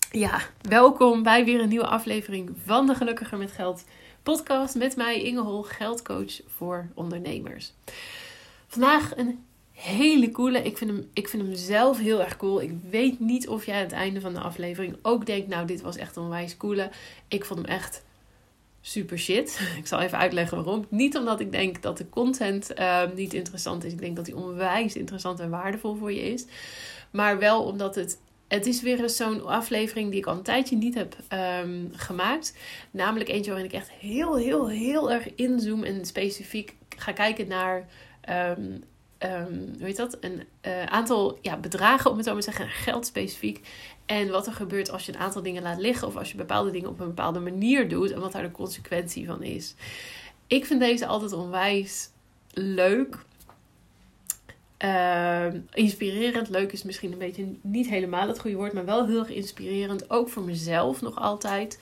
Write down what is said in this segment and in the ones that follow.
Ja, welkom bij weer een nieuwe aflevering van de Gelukkiger met Geld podcast met mij Inge Hol, geldcoach voor ondernemers. Vandaag een hele coole, ik vind hem zelf heel erg cool. Ik weet niet of jij aan het einde van de aflevering ook denkt, nou dit was echt een onwijs coole. Ik vond hem echt super shit. Ik zal even uitleggen waarom. Niet omdat ik denk dat de content niet interessant is. Ik denk dat die onwijs interessant en waardevol voor je is. Maar wel omdat het is weer eens zo'n aflevering die ik al een tijdje niet heb gemaakt. Namelijk eentje waarin ik echt heel erg inzoom en specifiek ga kijken naar een aantal bedragen, om het zo maar te zeggen, geld specifiek. En wat er gebeurt als je een aantal dingen laat liggen of als je bepaalde dingen op een bepaalde manier doet en wat daar de consequentie van is. Ik vind deze altijd onwijs leuk. Inspirerend. Leuk is misschien een beetje niet helemaal het goede woord, maar wel heel erg inspirerend. Ook voor mezelf nog altijd.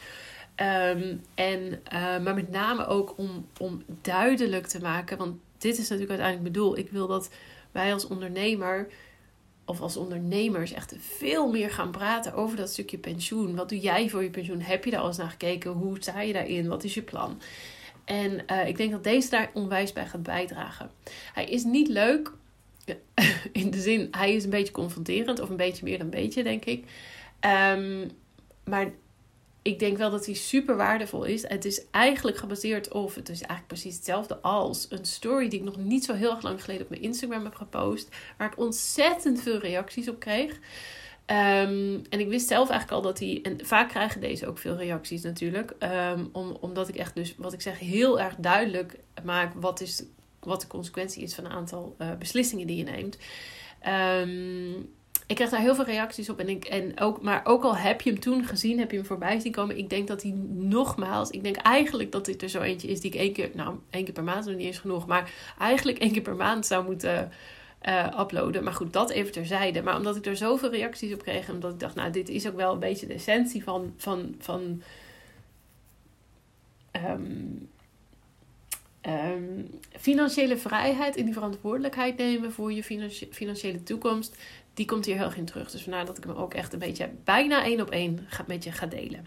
Maar met name ook om duidelijk te maken, want dit is natuurlijk uiteindelijk mijn doel. Ik wil dat wij als ondernemer of als ondernemers echt veel meer gaan praten over dat stukje pensioen. Wat doe jij voor je pensioen? Heb je daar al eens naar gekeken? Hoe sta je daarin? Wat is je plan? En ik denk dat deze daar onwijs bij gaat bijdragen. Hij is niet leuk. In de zin, hij is een beetje confronterend. Of een beetje meer dan een beetje, denk ik. Maar ik denk wel dat hij super waardevol is. Het is eigenlijk gebaseerd op, het is eigenlijk precies hetzelfde als een story die ik nog niet zo heel erg lang geleden op mijn Instagram heb gepost. Waar ik ontzettend veel reacties op kreeg. En ik wist zelf eigenlijk al dat hij, en vaak krijgen deze ook veel reacties natuurlijk. Omdat ik echt dus, wat ik zeg, heel erg duidelijk maak wat de consequentie is van een aantal beslissingen die je neemt. Ik kreeg daar heel veel reacties op. Maar ook al heb je hem toen gezien, heb je hem voorbij zien komen. Ik denk dat hij nogmaals, ik denk eigenlijk dat dit er zo eentje is die ik één keer per maand, nog niet eens genoeg, maar eigenlijk 1 keer per maand zou moeten uploaden. Maar goed, dat even terzijde. Maar omdat ik er zoveel reacties op kreeg en omdat ik dacht, nou, dit is ook wel een beetje de essentie van financiële vrijheid en die verantwoordelijkheid nemen voor je financiële toekomst, die komt hier heel erg in terug. Dus vandaar dat ik hem ook echt een beetje bijna 1 op 1 met je ga delen.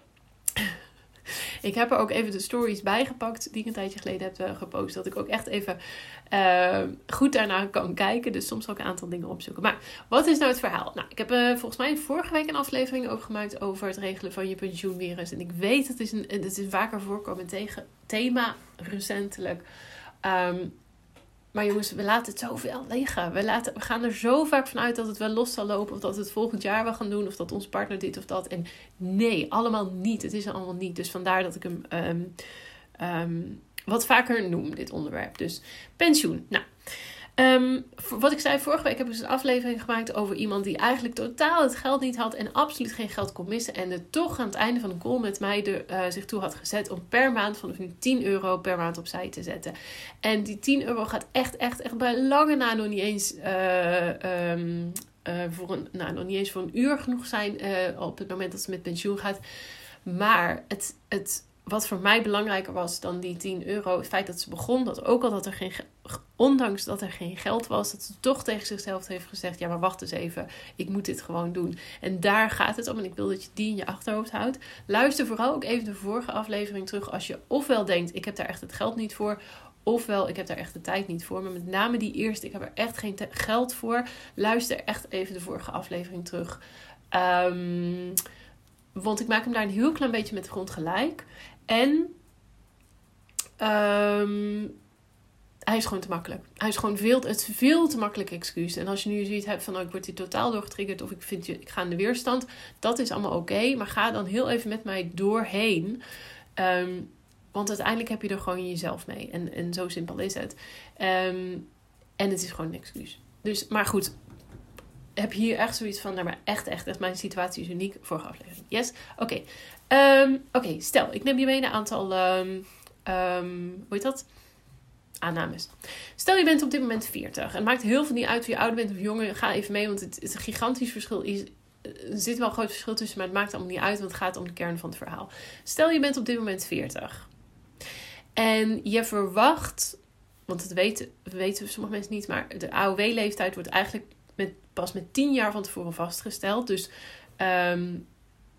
Ik heb er ook even de stories bijgepakt die ik een tijdje geleden heb gepost. Dat ik ook echt even goed daarna kan kijken. Dus soms ook een aantal dingen opzoeken. Maar wat is nou het verhaal? Nou, ik heb volgens mij vorige week een aflevering ook gemaakt over het regelen van je pensioen weer eens. En ik weet, het is een vaker voorkomend thema recentelijk. Maar jongens, we laten het zoveel liggen. We gaan er zo vaak vanuit dat het wel los zal lopen. Of dat we het volgend jaar wel gaan doen. Of dat ons partner dit of dat. En nee, allemaal niet. Het is er allemaal niet. Dus vandaar dat ik hem wat vaker noem, dit onderwerp. Dus pensioen. Nou, wat ik zei, vorige week heb ik dus een aflevering gemaakt over iemand die eigenlijk totaal het geld niet had en absoluut geen geld kon missen. En er toch aan het einde van de call met mij zich toe had gezet om per maand vanaf nu €10 per maand opzij te zetten. En die €10 gaat echt bij lange na nog niet eens nog niet eens voor een uur genoeg zijn op het moment dat ze met pensioen gaat. Maar wat voor mij belangrijker was dan die €10, het feit dat ze begon, dat ook al ondanks dat er geen geld was, dat ze toch tegen zichzelf heeft gezegd, ja, maar wacht eens even, ik moet dit gewoon doen. En daar gaat het om en ik wil dat je die in je achterhoofd houdt. Luister vooral ook even de vorige aflevering terug als je ofwel denkt, ik heb daar echt het geld niet voor, ofwel ik heb daar echt de tijd niet voor. Maar met name die eerste, ik heb er echt geen geld voor. Luister echt even de vorige aflevering terug. Want ik maak hem daar een heel klein beetje met de grond gelijk. En hij is gewoon te makkelijk. Hij is gewoon veel te makkelijk excuus. En als je nu zoiets hebt van, ik word hier totaal door getriggerd of ik ga in de weerstand. Dat is allemaal oké. Maar ga dan heel even met mij doorheen. Want uiteindelijk heb je er gewoon jezelf mee. En zo simpel is het. En het is gewoon een excuus. Dus, maar goed. Heb je hier echt zoiets van, nou maar echt, mijn situatie is uniek. Vorige aflevering. Yes? Oké. Oké, stel, ik neem je mee naar een aantal, hoe heet dat? Aannames. Stel je bent op dit moment 40. En het maakt heel veel niet uit of je ouder bent of jonger. Ga even mee, want het is een gigantisch verschil. Er zit wel een groot verschil tussen, maar het maakt allemaal niet uit. Want het gaat om de kern van het verhaal. Stel je bent op dit moment 40. En je verwacht, want dat weten sommige mensen niet, maar de AOW-leeftijd wordt eigenlijk pas met 10 jaar van tevoren vastgesteld. Dus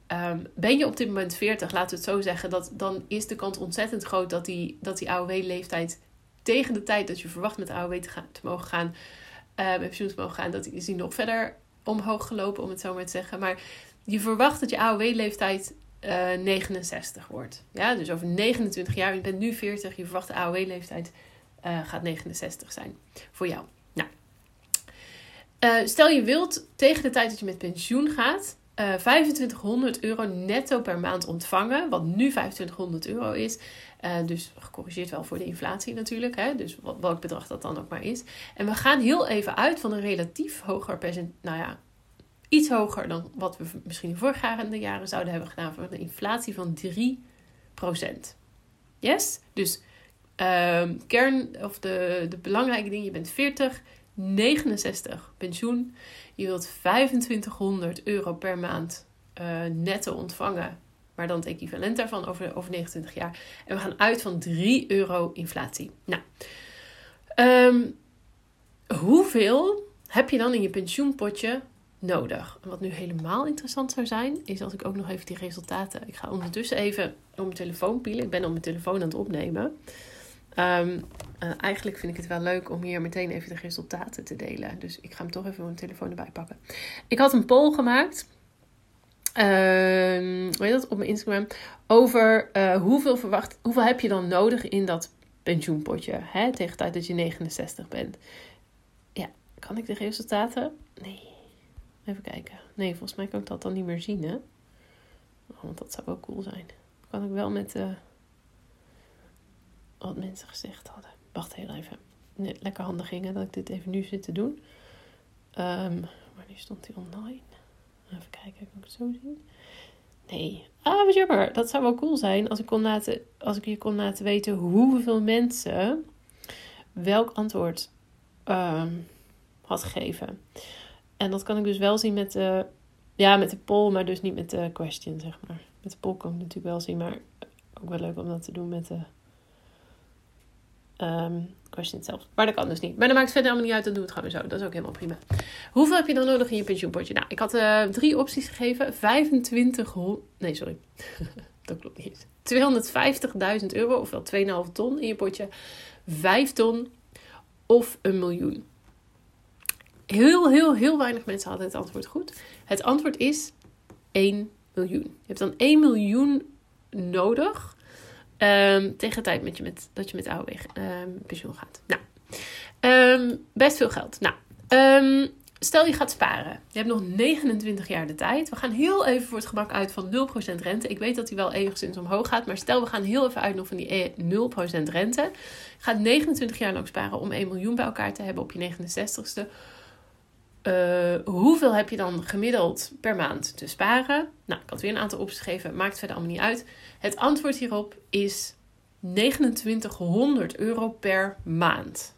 Ben je op dit moment 40, laten we het zo zeggen, dan is de kans ontzettend groot dat die AOW-leeftijd tegen de tijd dat je verwacht met AOW te mogen gaan, met pensioen te mogen gaan, dat is die nog verder omhoog gelopen, om het zo maar te zeggen. Maar je verwacht dat je AOW-leeftijd 69 wordt. Ja, dus over 29 jaar, je bent nu 40, je verwacht de AOW-leeftijd gaat 69 zijn voor jou. Nou, stel je wilt tegen de tijd dat je met pensioen gaat, €2500 netto per maand ontvangen, wat nu €2500 is. Dus gecorrigeerd wel voor de inflatie natuurlijk. Hè? Dus welk bedrag dat dan ook maar is. En we gaan heel even uit van een relatief hoger percentage. Iets hoger dan wat we misschien in voorgaande jaren zouden hebben gedaan. Voor een inflatie van 3%. Yes? Dus de belangrijke ding. Je bent 40, 69 pensioen. Je wilt €2500 per maand netto ontvangen. Maar dan het equivalent daarvan over 29 jaar. En we gaan uit van €3 inflatie. Nou, hoeveel heb je dan in je pensioenpotje nodig? En wat nu helemaal interessant zou zijn, is als ik ook nog even die resultaten... Ik ga ondertussen even op mijn telefoon pielen. Ik ben op mijn telefoon aan het opnemen. Eigenlijk vind ik het wel leuk om hier meteen even de resultaten te delen. Dus ik ga hem toch even op mijn telefoon erbij pakken. Ik had een poll gemaakt... op mijn Instagram, over hoeveel heb je dan nodig in dat pensioenpotje, hè, tegen de tijd dat je 69 bent. Ja, kan ik de resultaten? Nee. Even kijken. Nee, volgens mij kan ik dat dan niet meer zien, hè. Want dat zou wel cool zijn. Kan ik wel met wat mensen gezegd hadden. Wacht heel even. Nee, lekker handig ging dat ik dit even nu zit te doen. Maar nu stond hij online. Even kijken, kan ik het zo zien? Nee. Wat jammer. Dat zou wel cool zijn als ik je kon laten weten hoeveel mensen welk antwoord had gegeven. En dat kan ik dus wel zien met de poll, maar dus niet met de question, zeg maar. Met de poll kan ik natuurlijk wel zien, maar ook wel leuk om dat te doen met de question zelf. Maar dat kan dus niet. Maar dat maakt verder allemaal niet uit, dan doe het gewoon zo. Dat is ook helemaal prima. Hoeveel heb je dan nodig in je pensioenpotje? Nou, ik had 3 opties gegeven. 2500... Nee, sorry. Dat klopt niet. €250.000, ofwel 2,5 ton in je potje. 5 ton of 1 miljoen. Heel weinig mensen hadden het antwoord goed. Het antwoord is 1 miljoen. Je hebt dan 1 miljoen nodig... tegen de tijd dat je met AOW pensioen gaat. Nou, best veel geld. Nou, stel je gaat sparen. Je hebt nog 29 jaar de tijd. We gaan heel even voor het gemak uit van 0% rente. Ik weet dat die wel enigszins omhoog gaat. Maar stel we gaan heel even uit nog van die 0% rente. Je gaat 29 jaar lang sparen om 1 miljoen bij elkaar te hebben op je 69ste. Hoeveel heb je dan gemiddeld per maand te sparen? Nou, ik had weer een aantal opties gegeven. Maakt verder allemaal niet uit. Het antwoord hierop is €2900 per maand.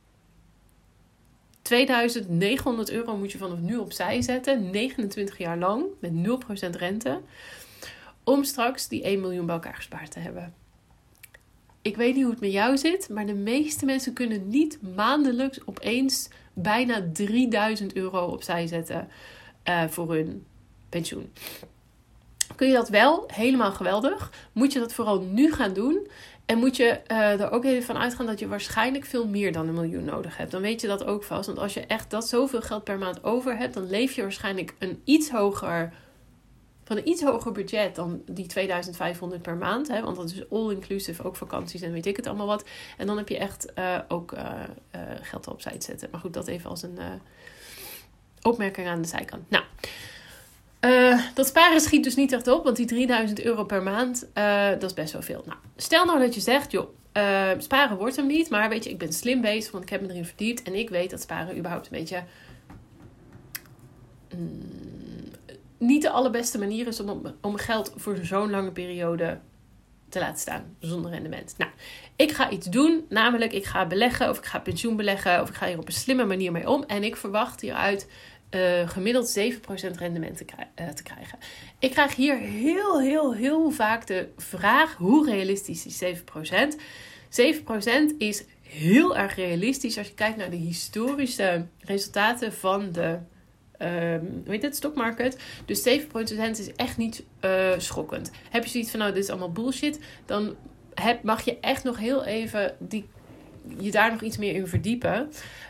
€2900 moet je vanaf nu opzij zetten. 29 jaar lang met 0% rente. Om straks die 1 miljoen bij elkaar gespaard te hebben. Ik weet niet hoe het met jou zit. Maar de meeste mensen kunnen niet maandelijks opeens bijna €3000 opzij zetten voor hun pensioen. Kun je dat wel? Helemaal geweldig. Moet je dat vooral nu gaan doen. En moet je er ook even van uitgaan dat je waarschijnlijk veel meer dan 1 miljoen nodig hebt. Dan weet je dat ook vast. Want als je echt dat zoveel geld per maand over hebt, dan leef je waarschijnlijk van een iets hoger budget dan die 2500 per maand. Hè? Want dat is all-inclusive, ook vakanties en weet ik het allemaal wat. En dan heb je echt ook geld opzij te zetten. Maar goed, dat even als een opmerking aan de zijkant. Nou, dat sparen schiet dus niet echt op, want die €3000 per maand, dat is best wel veel. Nou, stel nou dat je zegt, joh, sparen wordt hem niet, maar weet je, ik ben slim bezig, want ik heb me erin verdiept en ik weet dat sparen überhaupt een beetje niet de allerbeste manier is om geld voor zo'n lange periode te laten staan, zonder rendement. Nou, ik ga iets doen, namelijk ik ga beleggen, of ik ga pensioen beleggen, of ik ga hier op een slimme manier mee om en ik verwacht hieruit gemiddeld 7% rendement te krijgen. Ik krijg hier heel vaak de vraag, hoe realistisch is 7%? 7% is heel erg realistisch als je kijkt naar de historische resultaten van de stockmarket. Dus 7% is echt niet schokkend. Heb je zoiets van, nou, dit is allemaal bullshit, dan mag je echt nog heel even je daar nog iets meer in verdiepen.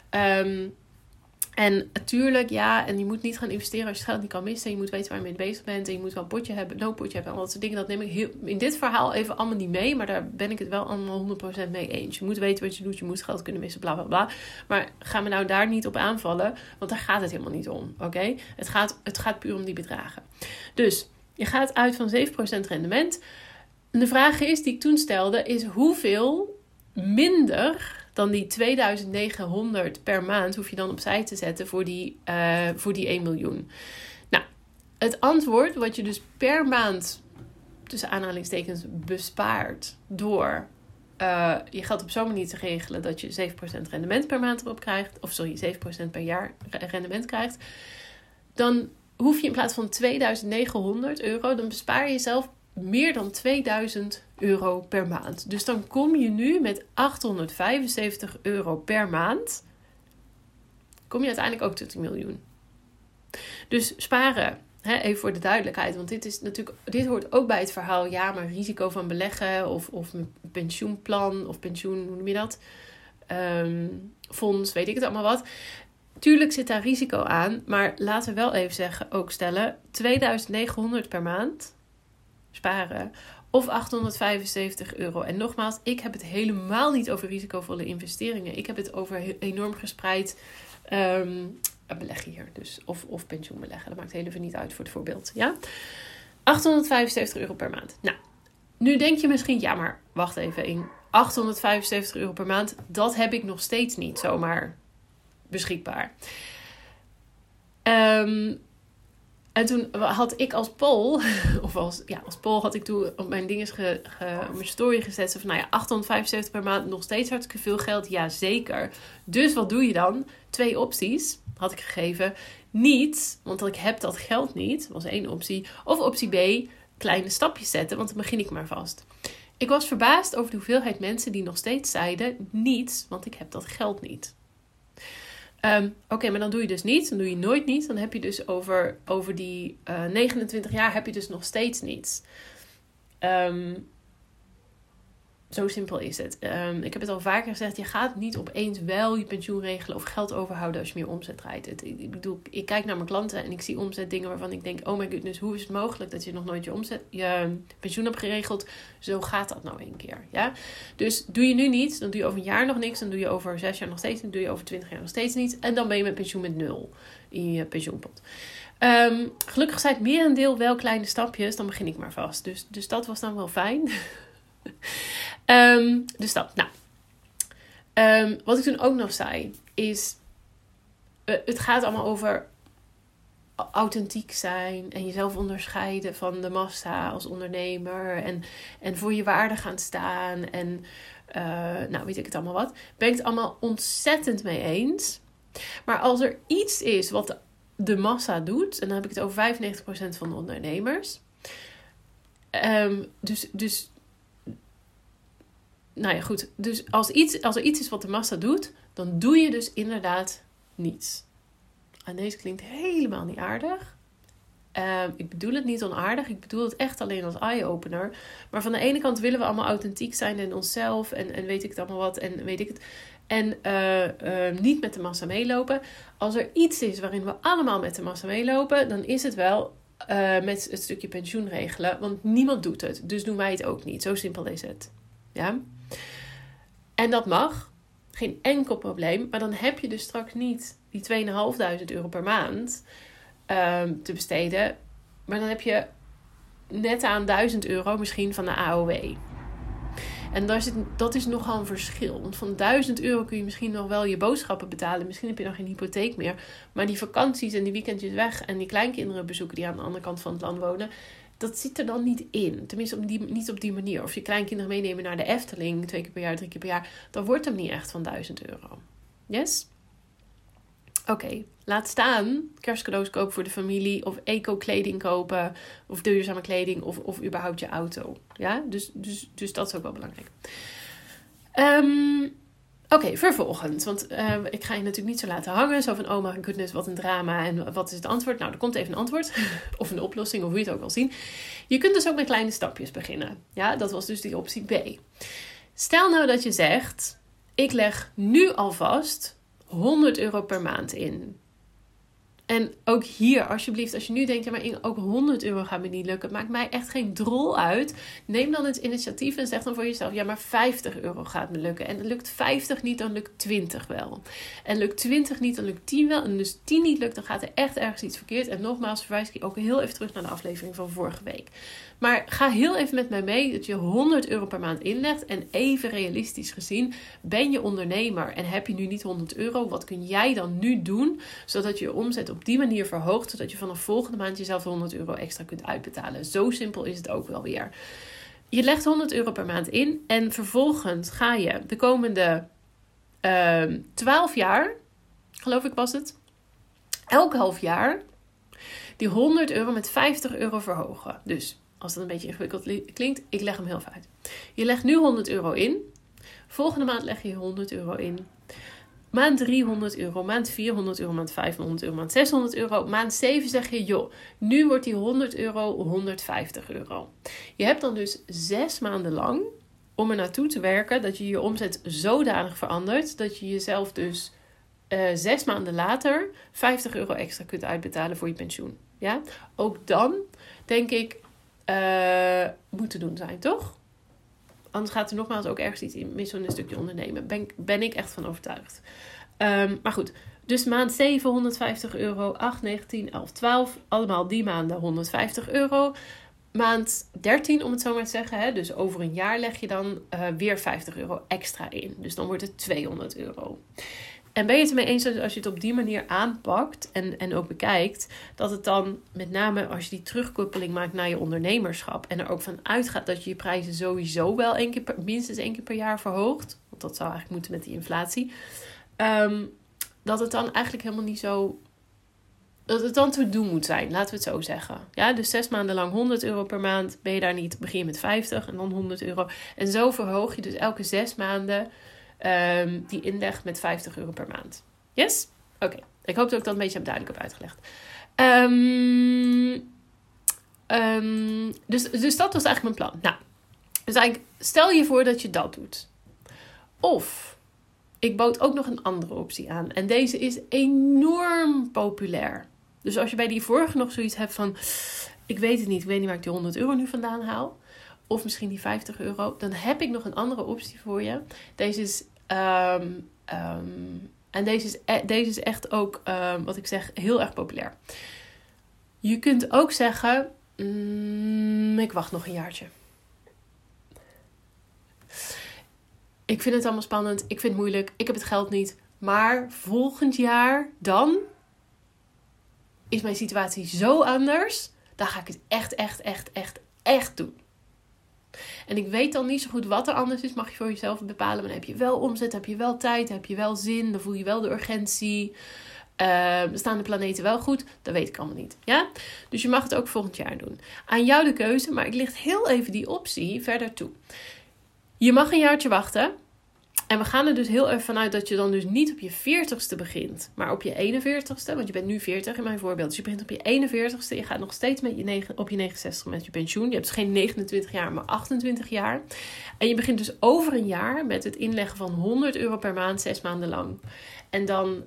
En natuurlijk, ja, en je moet niet gaan investeren als je het geld niet kan missen. Je moet weten waar je mee bezig bent. En je moet wel een potje hebben, no-potje hebben. En al dat soort dingen, dat neem ik in dit verhaal even allemaal niet mee. Maar daar ben ik het wel allemaal 100% mee eens. Je moet weten wat je doet. Je moet geld kunnen missen, bla, bla, bla. Maar ga me nou daar niet op aanvallen. Want daar gaat het helemaal niet om, oké? Het gaat puur om die bedragen. Dus, je gaat uit van 7% rendement. En de vraag is, die ik toen stelde, is hoeveel minder dan die 2900 per maand hoef je dan opzij te zetten voor die 1 miljoen. Nou, het antwoord wat je dus per maand, tussen aanhalingstekens, bespaart door je geld op zo'n manier te regelen dat je 7% rendement per maand erop krijgt, 7% per jaar rendement krijgt, dan hoef je in plaats van 2900 euro, dan bespaar je zelf meer dan 2000 euro per maand. Dus dan kom je nu met 875 euro per maand. Kom je uiteindelijk ook tot 1 miljoen. Dus sparen, even voor de duidelijkheid. Want dit hoort ook bij het verhaal. Ja, maar risico van beleggen of een pensioenplan of pensioen, hoe noem je dat? Fonds, weet ik het allemaal wat. Tuurlijk zit daar risico aan. Maar laten we wel even stellen. 2900 per maand sparen of 875 euro. En nogmaals, ik heb het helemaal niet over risicovolle investeringen. Ik heb het over enorm gespreid beleggen hier. Dus, of pensioen beleggen. Dat maakt heel even niet uit voor het voorbeeld. Ja? 875 euro per maand. Nou, nu denk je misschien, ja maar wacht even. In 875 euro per maand, dat heb ik nog steeds niet zomaar beschikbaar. En toen had ik als poll, als poll had ik toen op mijn dinges op mijn story gezet. Van 875 per maand, nog steeds hartstikke veel geld. Ja, zeker. Dus wat doe je dan? 2 opties had ik gegeven. Niet, want ik heb dat geld niet. Dat was 1 optie. Of optie B, kleine stapjes zetten, want dan begin ik maar vast. Ik was verbaasd over de hoeveelheid mensen die nog steeds zeiden, niet, want ik heb dat geld niet. Oké, maar dan doe je dus niets. Dan doe je nooit niets. Dan heb je dus over die 29 jaar heb je dus nog steeds niets. Zo simpel is het. Ik heb het al vaker gezegd. Je gaat niet opeens wel je pensioen regelen of geld overhouden als je meer omzet draait. Ik bedoel, ik kijk naar mijn klanten en ik zie omzetdingen waarvan ik denk, oh my goodness, hoe is het mogelijk dat je nog nooit je pensioen hebt geregeld? Zo gaat dat nou 1 keer. Ja? Dus doe je nu niets, dan doe je over een jaar nog niks. Dan doe je over 6 jaar nog steeds niets. Dan doe je over 20 jaar nog steeds niets. En dan ben je met pensioen met 0 in je pensioenpot. Gelukkig zijn het merendeel wel kleine stapjes. Dan begin ik maar vast. Dus dat was dan wel fijn. Dus dat. Nou. Wat ik toen ook nog zei is, het gaat allemaal over authentiek zijn en jezelf onderscheiden van de massa als ondernemer en voor je waarde gaan staan en weet ik het allemaal wat. Ben ik het allemaal ontzettend mee eens. Maar als er iets is wat de massa doet, en dan heb ik het over 95% van de ondernemers. Dus nou ja, goed. Dus als er iets is wat de massa doet, dan doe je dus inderdaad niets. En deze klinkt helemaal niet aardig. Ik bedoel het niet onaardig. Ik bedoel het echt alleen als eye-opener. Maar van de ene kant willen we allemaal authentiek zijn in onszelf. En weet ik het allemaal wat. En weet ik het. En niet met de massa meelopen. Als er iets is waarin we allemaal met de massa meelopen, dan is het wel met het stukje pensioen regelen. Want niemand doet het. Dus doen wij het ook niet. Zo simpel is het. Ja? En dat mag. Geen enkel probleem. Maar dan heb je dus straks niet die 2500 euro per maand te besteden. Maar dan heb je net aan 1000 euro misschien van de AOW. En dat is nogal een verschil. Want van 1000 euro kun je misschien nog wel je boodschappen betalen. Misschien heb je nog geen hypotheek meer. Maar die vakanties en die weekendjes weg en die kleinkinderen bezoeken die aan de andere kant van het land wonen, dat zit er dan niet in. Tenminste, niet op die manier. Of je kleinkinderen meenemen naar de Efteling 2 keer per jaar, 3 keer per jaar. Dat wordt hem niet echt van 1000 euro. Yes? Oké, laat staan kerstcadeaus kopen voor de familie. Of eco-kleding kopen. Of duurzame kleding. Of überhaupt je auto. Ja, dus dat is ook wel belangrijk. Oké, vervolgens. Want ik ga je natuurlijk niet zo laten hangen. Zo van, oh my goodness, wat een drama. En wat is het antwoord? Nou, er komt even een antwoord. Of een oplossing, of hoe je het ook wil zien. Je kunt dus ook met kleine stapjes beginnen. Ja, dat was dus die optie B. Stel nou dat je zegt, ik leg nu alvast €100 per maand in. En ook hier, alsjeblieft, als je nu denkt, ja, maar Inge, ook €100 gaat me niet lukken. Maakt mij echt geen drol uit. Neem dan het initiatief en zeg dan voor jezelf, ja, maar €50 gaat me lukken. En lukt 50 niet, dan lukt 20 wel. En lukt 20 niet, dan lukt 10 wel. En dus 10 niet lukt, dan gaat er echt ergens iets verkeerd. En nogmaals, verwijs ik je ook heel even terug naar de aflevering van vorige week. Maar ga heel even met mij mee dat je €100 per maand inlegt. En even realistisch gezien, ben je ondernemer en heb je nu niet €100. Wat kun jij dan nu doen, zodat je je omzet op die manier verhoogt, zodat je vanaf volgende maand jezelf €100 extra kunt uitbetalen. Zo simpel is het ook wel weer. Je legt €100 per maand in en vervolgens ga je de komende 12 jaar, geloof ik was het, elk half jaar die €100 met €50 verhogen. Dus als dat een beetje ingewikkeld klinkt, ik leg hem heel even uit. Je legt nu €100 in. Volgende maand leg je €100 in. Maand 3 €100, maand 4 €100, maand 5 €100, maand 6 €100. Maand 7 zeg je, joh, nu wordt die €100 €150. Je hebt dan dus 6 maanden lang om er naartoe te werken dat je je omzet zodanig verandert dat je jezelf dus 6 maanden later €50 extra kunt uitbetalen voor je pensioen. Ja? Ook dan, denk ik, moet te doen zijn, toch? Anders gaat er nogmaals ook ergens iets in mis in een stukje ondernemen. Ben ik echt van overtuigd. Maar goed, dus maand 7 €150, 8, 9, 10, 11, 12. Allemaal die maanden €150. Maand 13, om het zo maar te zeggen. Hè, dus over een jaar leg je dan weer €50 extra in. Dus dan wordt het €200. En ben je het ermee eens dat als je het op die manier aanpakt en ook bekijkt, dat het dan met name als je die terugkoppeling maakt naar je ondernemerschap en er ook van uitgaat dat je je prijzen sowieso wel minstens 1 keer per jaar verhoogt, want dat zou eigenlijk moeten met die inflatie, dat het dan eigenlijk helemaal niet zo, dat het dan te doen moet zijn, laten we het zo zeggen. Ja, dus 6 maanden lang €100 per maand, ben je daar niet, begin je met 50 en dan €100. En zo verhoog je dus elke 6 maanden die inleg met €50 per maand. Yes? Oké. Ik hoop dat ik dat een beetje duidelijk heb uitgelegd. Dus dat was eigenlijk mijn plan. Nou, dus eigenlijk stel je voor dat je dat doet. Of ik bood ook nog een andere optie aan. En deze is enorm populair. Dus als je bij die vorige nog zoiets hebt van, ik weet het niet, ik weet niet waar ik die €100 nu vandaan haal. Of misschien die €50. Dan heb ik nog een andere optie voor je. Deze is en deze is echt ook, wat ik zeg, heel erg populair. Je kunt ook zeggen, ik wacht nog een jaartje. Ik vind het allemaal spannend. Ik vind het moeilijk. Ik heb het geld niet. Maar volgend jaar dan is mijn situatie zo anders. Dan ga ik het echt doen. En ik weet dan niet zo goed wat er anders is. Mag je voor jezelf bepalen. Maar dan heb je wel omzet, heb je wel tijd, heb je wel zin. Dan voel je wel de urgentie. Staan de planeten wel goed? Dat weet ik allemaal niet. Ja? Dus je mag het ook volgend jaar doen. Aan jou de keuze. Maar ik licht heel even die optie verder toe. Je mag een jaartje wachten. En we gaan er dus heel erg vanuit dat je dan dus niet op je 40ste begint. Maar op je 41ste. Want je bent nu 40 in mijn voorbeeld. Dus je begint op je 41ste. Je gaat nog steeds op je 69 met je pensioen. Je hebt dus geen 29 jaar, maar 28 jaar. En je begint dus over een jaar met het inleggen van €100 per maand, 6 maanden lang. En dan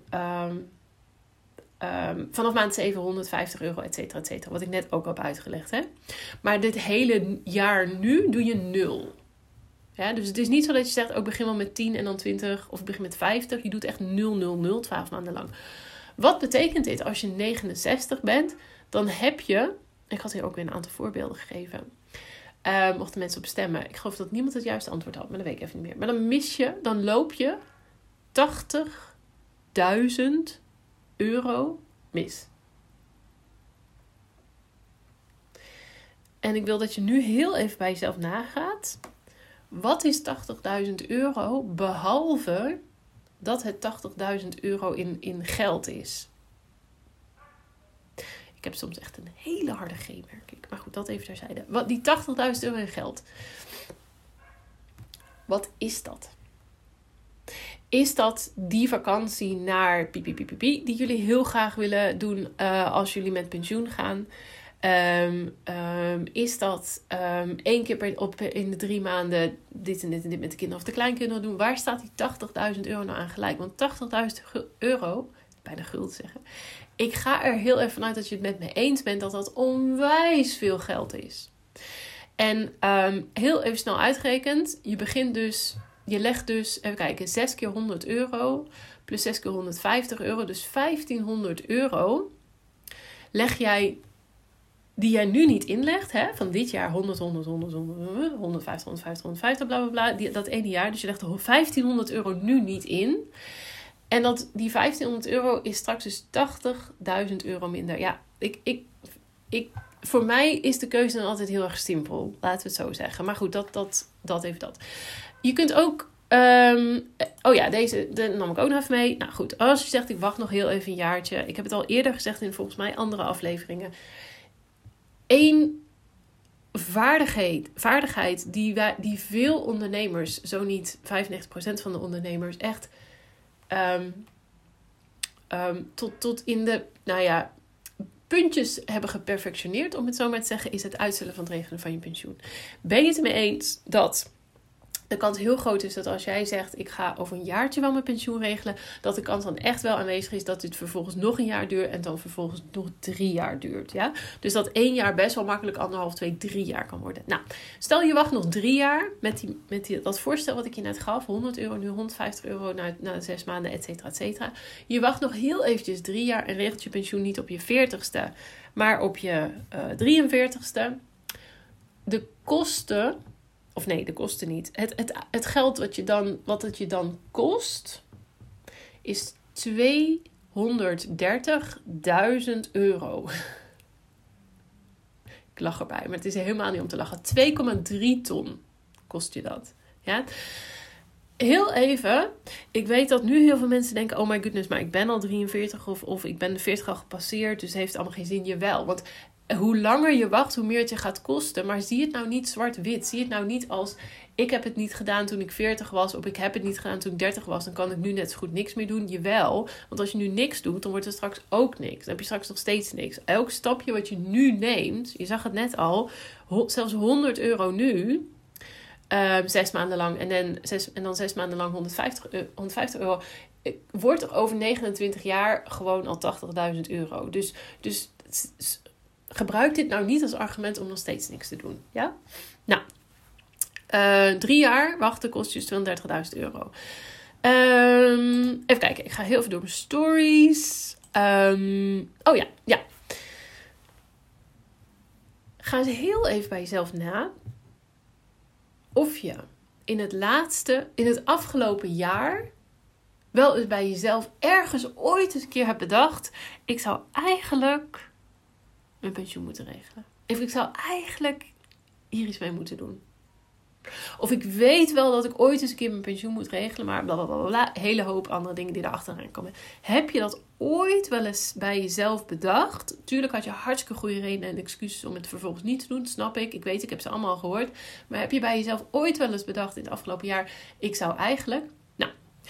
vanaf maand 7 €150, et cetera, et cetera. Wat ik net ook al heb uitgelegd. Hè? Maar dit hele jaar nu doe je 0. Ja, dus het is niet zo dat je zegt, ik begin wel met 10 en dan 20 of ik begin met 50. Je doet echt 0, 0, 0, 12 maanden lang. Wat betekent dit? Als je 69 bent, dan heb je, ik had hier ook weer een aantal voorbeelden gegeven. Mochten mensen op stemmen. Ik geloof dat niemand het juiste antwoord had, maar dat weet ik even niet meer. Maar dan loop je €80.000 mis. En ik wil dat je nu heel even bij jezelf nagaat. Wat is €80.000 behalve dat het €80.000 in geld is? Ik heb soms echt een hele harde G, merk ik. Maar goed, dat even terzijde. Die €80.000 in geld. Wat is dat? is dat die vakantie naar pipi die jullie heel graag willen doen als jullie met pensioen gaan? Is dat 1 keer in de 3 maanden dit en dit en dit met de kinderen of de kleinkinderen doen? Waar staat die €80.000 nou aan gelijk? Want €80.000, bijna gulden zeggen. Ik ga er heel erg vanuit dat je het met me eens bent dat dat onwijs veel geld is. En heel even snel uitgerekend, je legt dus, even kijken, 6 keer €100 plus 6 keer €150, dus €1.500 leg jij, die jij nu niet inlegt, hè, van dit jaar 100, 150, 150, bla bla bla, dat ene jaar. Dus je legt er €1.500 nu niet in. En die €1.500 is straks dus €80.000 minder. Ja, voor mij is de keuze dan altijd heel erg simpel. Laten we het zo zeggen. Maar goed, dat even dat. Je kunt ook... deze nam ik ook nog even mee. Nou goed, als je zegt ik wacht nog heel even een jaartje. Ik heb het al eerder gezegd in volgens mij andere afleveringen. Eén vaardigheid die veel ondernemers, zo niet 95% van de ondernemers, echt tot in de, puntjes hebben geperfectioneerd, om het zo maar te zeggen, is het uitstellen van het regelen van je pensioen. Ben je het ermee eens dat de kans heel groot is dat als jij zegt, ik ga over een jaartje wel mijn pensioen regelen, dat de kans dan echt wel aanwezig is dat dit vervolgens nog een jaar duurt en dan vervolgens nog 3 jaar duurt. Ja? Dus dat 1 jaar best wel makkelijk 1,5, 2, 3 jaar kan worden. Nou, stel je wacht nog 3 jaar met dat voorstel wat ik je net gaf, €100, nu €150 na 6 maanden, et cetera, et cetera. Je wacht nog heel eventjes 3 jaar en regelt je pensioen niet op je 40ste, maar op je 43ste. De kosten... Of nee, de kosten niet. Het geld wat het je dan kost, is €230.000. Ik lach erbij, maar het is helemaal niet om te lachen. 2,3 ton kost je dat. Ja? Heel even, ik weet dat nu heel veel mensen denken, oh my goodness, maar ik ben al 43 of ik ben de 40 al gepasseerd, dus het heeft allemaal geen zin. Jawel, want hoe langer je wacht, hoe meer het je gaat kosten. Maar zie het nou niet zwart-wit. Zie het nou niet als, ik heb het niet gedaan toen ik 40 was, of ik heb het niet gedaan toen ik 30 was, dan kan ik nu net zo goed niks meer doen. Jawel, want als je nu niks doet, dan wordt er straks ook niks. Dan heb je straks nog steeds niks. Elk stapje wat je nu neemt, je zag het net al, zelfs €100 nu, 6 maanden lang en dan 6 maanden lang €150, wordt er over 29 jaar gewoon al €80.000. Dus gebruik dit nou niet als argument om nog steeds niks te doen. Ja? Nou, 3 jaar wachten kost je dus €32.000. Even kijken, ik ga heel even door mijn stories. Ja. Ga eens heel even bij jezelf na of je in het afgelopen jaar wel eens bij jezelf ergens ooit eens een keer hebt bedacht, ik zou eigenlijk mijn pensioen moeten regelen. Of ik zou eigenlijk hier iets mee moeten doen. Of ik weet wel dat ik ooit eens een keer mijn pensioen moet regelen, maar blablabla, hele hoop andere dingen die erachteraan komen. Heb je dat ooit wel eens bij jezelf bedacht? Tuurlijk had je hartstikke goede redenen en excuses om het vervolgens niet te doen, snap ik. Ik weet, ik heb ze allemaal gehoord. Maar heb je bij jezelf ooit wel eens bedacht in het afgelopen jaar, ik zou eigenlijk... Nou,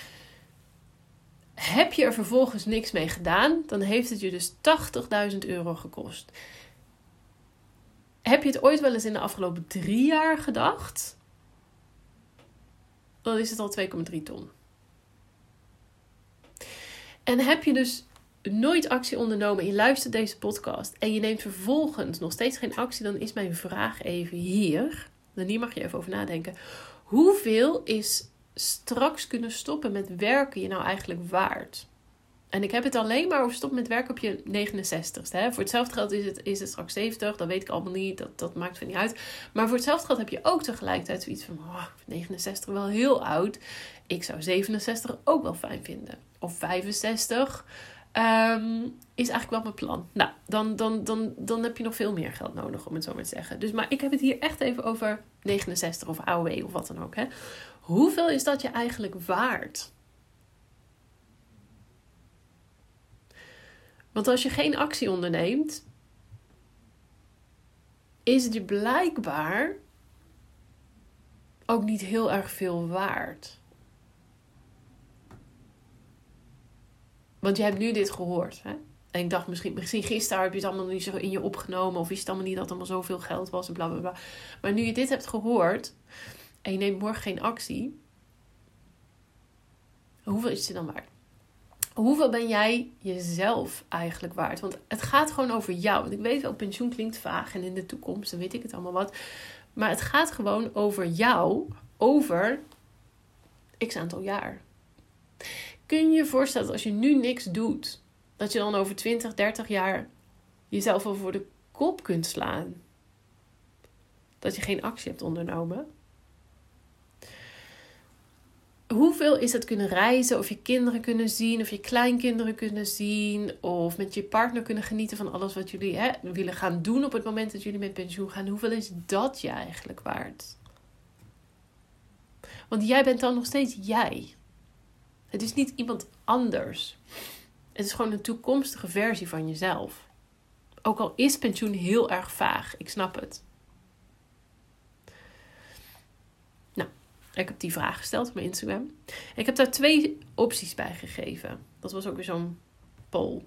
heb je er vervolgens niks mee gedaan, dan heeft het je dus €80.000 gekost. Heb je het ooit wel eens in de afgelopen 3 jaar gedacht? Dan is het al 2,3 ton. En heb je dus nooit actie ondernomen, je luistert deze podcast en je neemt vervolgens nog steeds geen actie, dan is mijn vraag even hier. En hier mag je even over nadenken. Hoeveel is straks kunnen stoppen met werken je nou eigenlijk waard? En ik heb het alleen maar over stop met werken op je 69ste. Hè? Voor hetzelfde geld is het straks 70. Dat weet ik allemaal niet. Dat maakt er niet uit. Maar voor hetzelfde geld heb je ook tegelijkertijd zoiets van... 69 wel heel oud. Ik zou 67 ook wel fijn vinden. Of 65 is eigenlijk wel mijn plan. Nou, dan heb je nog veel meer geld nodig, om het zo maar te zeggen. Dus, maar ik heb het hier echt even over 69 of AOW of wat dan ook. Hè? Hoeveel is dat je eigenlijk waard? Want als je geen actie onderneemt, is het je blijkbaar ook niet heel erg veel waard. Want je hebt nu dit gehoord. Hè? En ik dacht, misschien gisteren heb je het allemaal niet zo in je opgenomen. Of is het allemaal niet dat het allemaal zoveel geld was en bla bla bla. Maar nu je dit hebt gehoord en je neemt morgen geen actie. Hoeveel is het dan waard? Hoeveel ben jij jezelf eigenlijk waard? Want het gaat gewoon over jou. Want ik weet wel, pensioen klinkt vaag en in de toekomst, dan weet ik het allemaal wat. Maar het gaat gewoon over jou, over x aantal jaar. Kun je je voorstellen dat als je nu niks doet, dat je dan over 20, 30 jaar jezelf wel voor de kop kunt slaan? Dat je geen actie hebt ondernomen? Hoeveel is het kunnen reizen, of je kinderen kunnen zien, of je kleinkinderen kunnen zien, of met je partner kunnen genieten van alles wat jullie willen gaan doen op het moment dat jullie met pensioen gaan? Hoeveel is dat je eigenlijk waard? Want jij bent dan nog steeds jij. Het is niet iemand anders. Het is gewoon een toekomstige versie van jezelf. Ook al is pensioen heel erg vaag, ik snap het. Ik heb die vraag gesteld op mijn Instagram. Ik heb daar 2 opties bij gegeven. Dat was ook weer zo'n poll.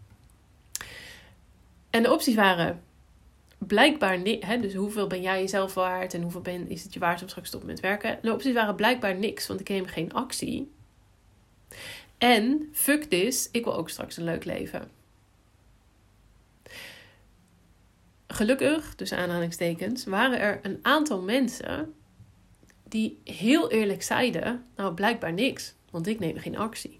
En de opties waren blijkbaar dus hoeveel ben jij jezelf waard en hoeveel is het je waard om straks stoppen met werken. De opties waren blijkbaar niks, want ik neem geen actie. En fuck this, ik wil ook straks een leuk leven. Gelukkig, tussen aanhalingstekens, waren er een aantal mensen die heel eerlijk zeiden, nou blijkbaar niks, want ik neem geen actie.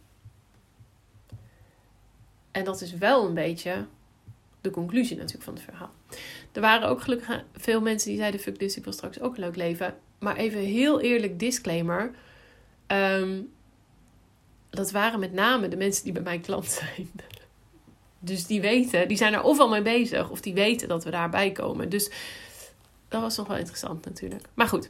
En dat is wel een beetje de conclusie natuurlijk van het verhaal. Er waren ook gelukkig veel mensen die zeiden, fuck this, ik wil straks ook een leuk leven. Maar even heel eerlijk disclaimer, dat waren met name de mensen die bij mij klant zijn. Dus die weten, die zijn er ofwel mee bezig, of die weten dat we daarbij komen. Dus dat was nog wel interessant natuurlijk. Maar goed.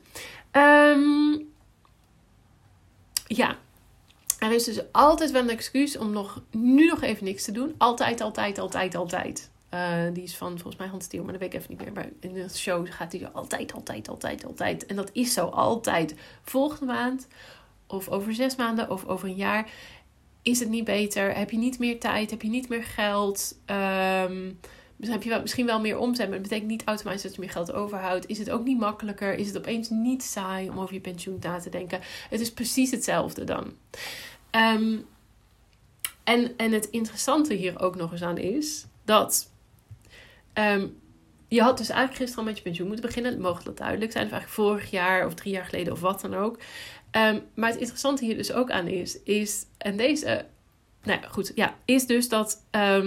Ja. Er is dus altijd wel een excuus om nu nog even niks te doen. Altijd. Die is van volgens mij Hans Stiel, maar dat weet ik even niet meer. Maar in de show gaat hij altijd. En dat is zo altijd. Volgende maand, of over 6 maanden, of over een jaar, is het niet beter? Heb je niet meer tijd? Heb je niet meer geld? Heb je misschien wel meer omzet, maar dat betekent niet automatisch dat je meer geld overhoudt. Is het ook niet makkelijker? Is het opeens niet saai om over je pensioen na te denken? Het is precies hetzelfde dan. En het interessante hier ook nog eens aan is dat je had dus eigenlijk gisteren al met je pensioen moeten beginnen. Mogen dat duidelijk zijn? Of eigenlijk vorig jaar of 3 jaar geleden of wat dan ook. Maar het interessante hier dus ook aan is en deze... Nou ja, goed. Ja, is dus dat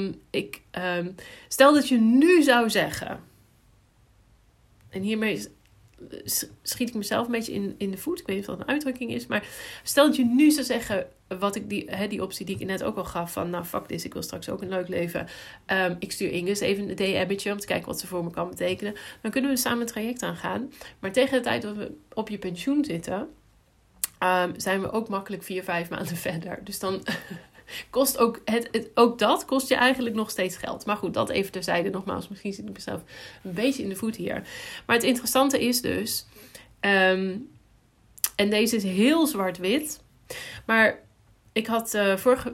stel dat je nu zou zeggen... En hiermee schiet ik mezelf een beetje in de voet. Ik weet niet of dat een uitdrukking is. Maar stel dat je nu zou zeggen... Wat ik die optie die ik net ook al gaf. Van nou fuck this, ik wil straks ook een leuk leven. Ik stuur Inges even een DM'tje om te kijken wat ze voor me kan betekenen. Dan kunnen we samen een traject aangaan. Maar tegen de tijd dat we op je pensioen zitten... zijn we ook makkelijk 4-5 maanden verder. Dus dan... kost ook dat kost je eigenlijk nog steeds geld. Maar goed, dat even terzijde nogmaals. Misschien zit ik mezelf een beetje in de voet hier. Maar het interessante is dus... en deze is heel zwart-wit. Maar ik had vorige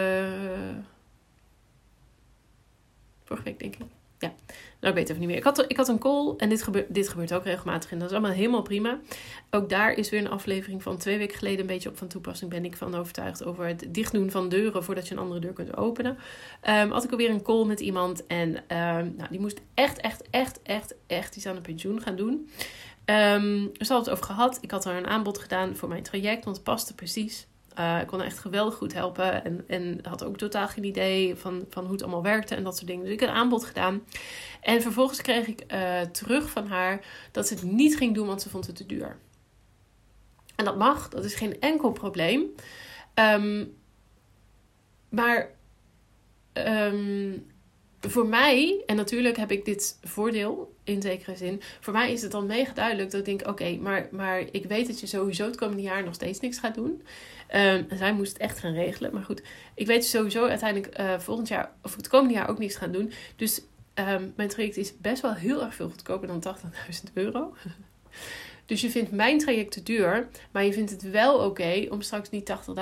week denk ik. Ja, nou ik weet het even niet meer. Ik had een call en dit gebeurt ook regelmatig en dat is allemaal helemaal prima. Ook daar is weer een aflevering van 2 weken geleden een beetje op van toepassing. Ben ik van overtuigd over het dichtdoen van deuren voordat je een andere deur kunt openen. Had ik alweer een call met iemand en die moest echt iets aan de pensioen gaan doen. Dus hadden het over gehad. Ik had haar een aanbod gedaan voor mijn traject, want het paste precies. Ik kon haar echt geweldig goed helpen. En had ook totaal geen idee van hoe het allemaal werkte en dat soort dingen. Dus ik had een aanbod gedaan. En vervolgens kreeg ik terug van haar dat ze het niet ging doen, want ze vond het te duur. En dat mag, dat is geen enkel probleem. Maar voor mij, en natuurlijk heb ik dit voordeel in zekere zin. Voor mij is het dan mega duidelijk dat ik denk, oké, maar ik weet dat je sowieso het komende jaar nog steeds niks gaat doen. En zij moest het echt gaan regelen. Maar goed, ik weet sowieso uiteindelijk volgend jaar of het komende jaar ook niks gaan doen. Dus mijn traject is best wel heel erg veel goedkoper dan €80.000. Dus je vindt mijn traject te duur, maar je vindt het wel oké om straks niet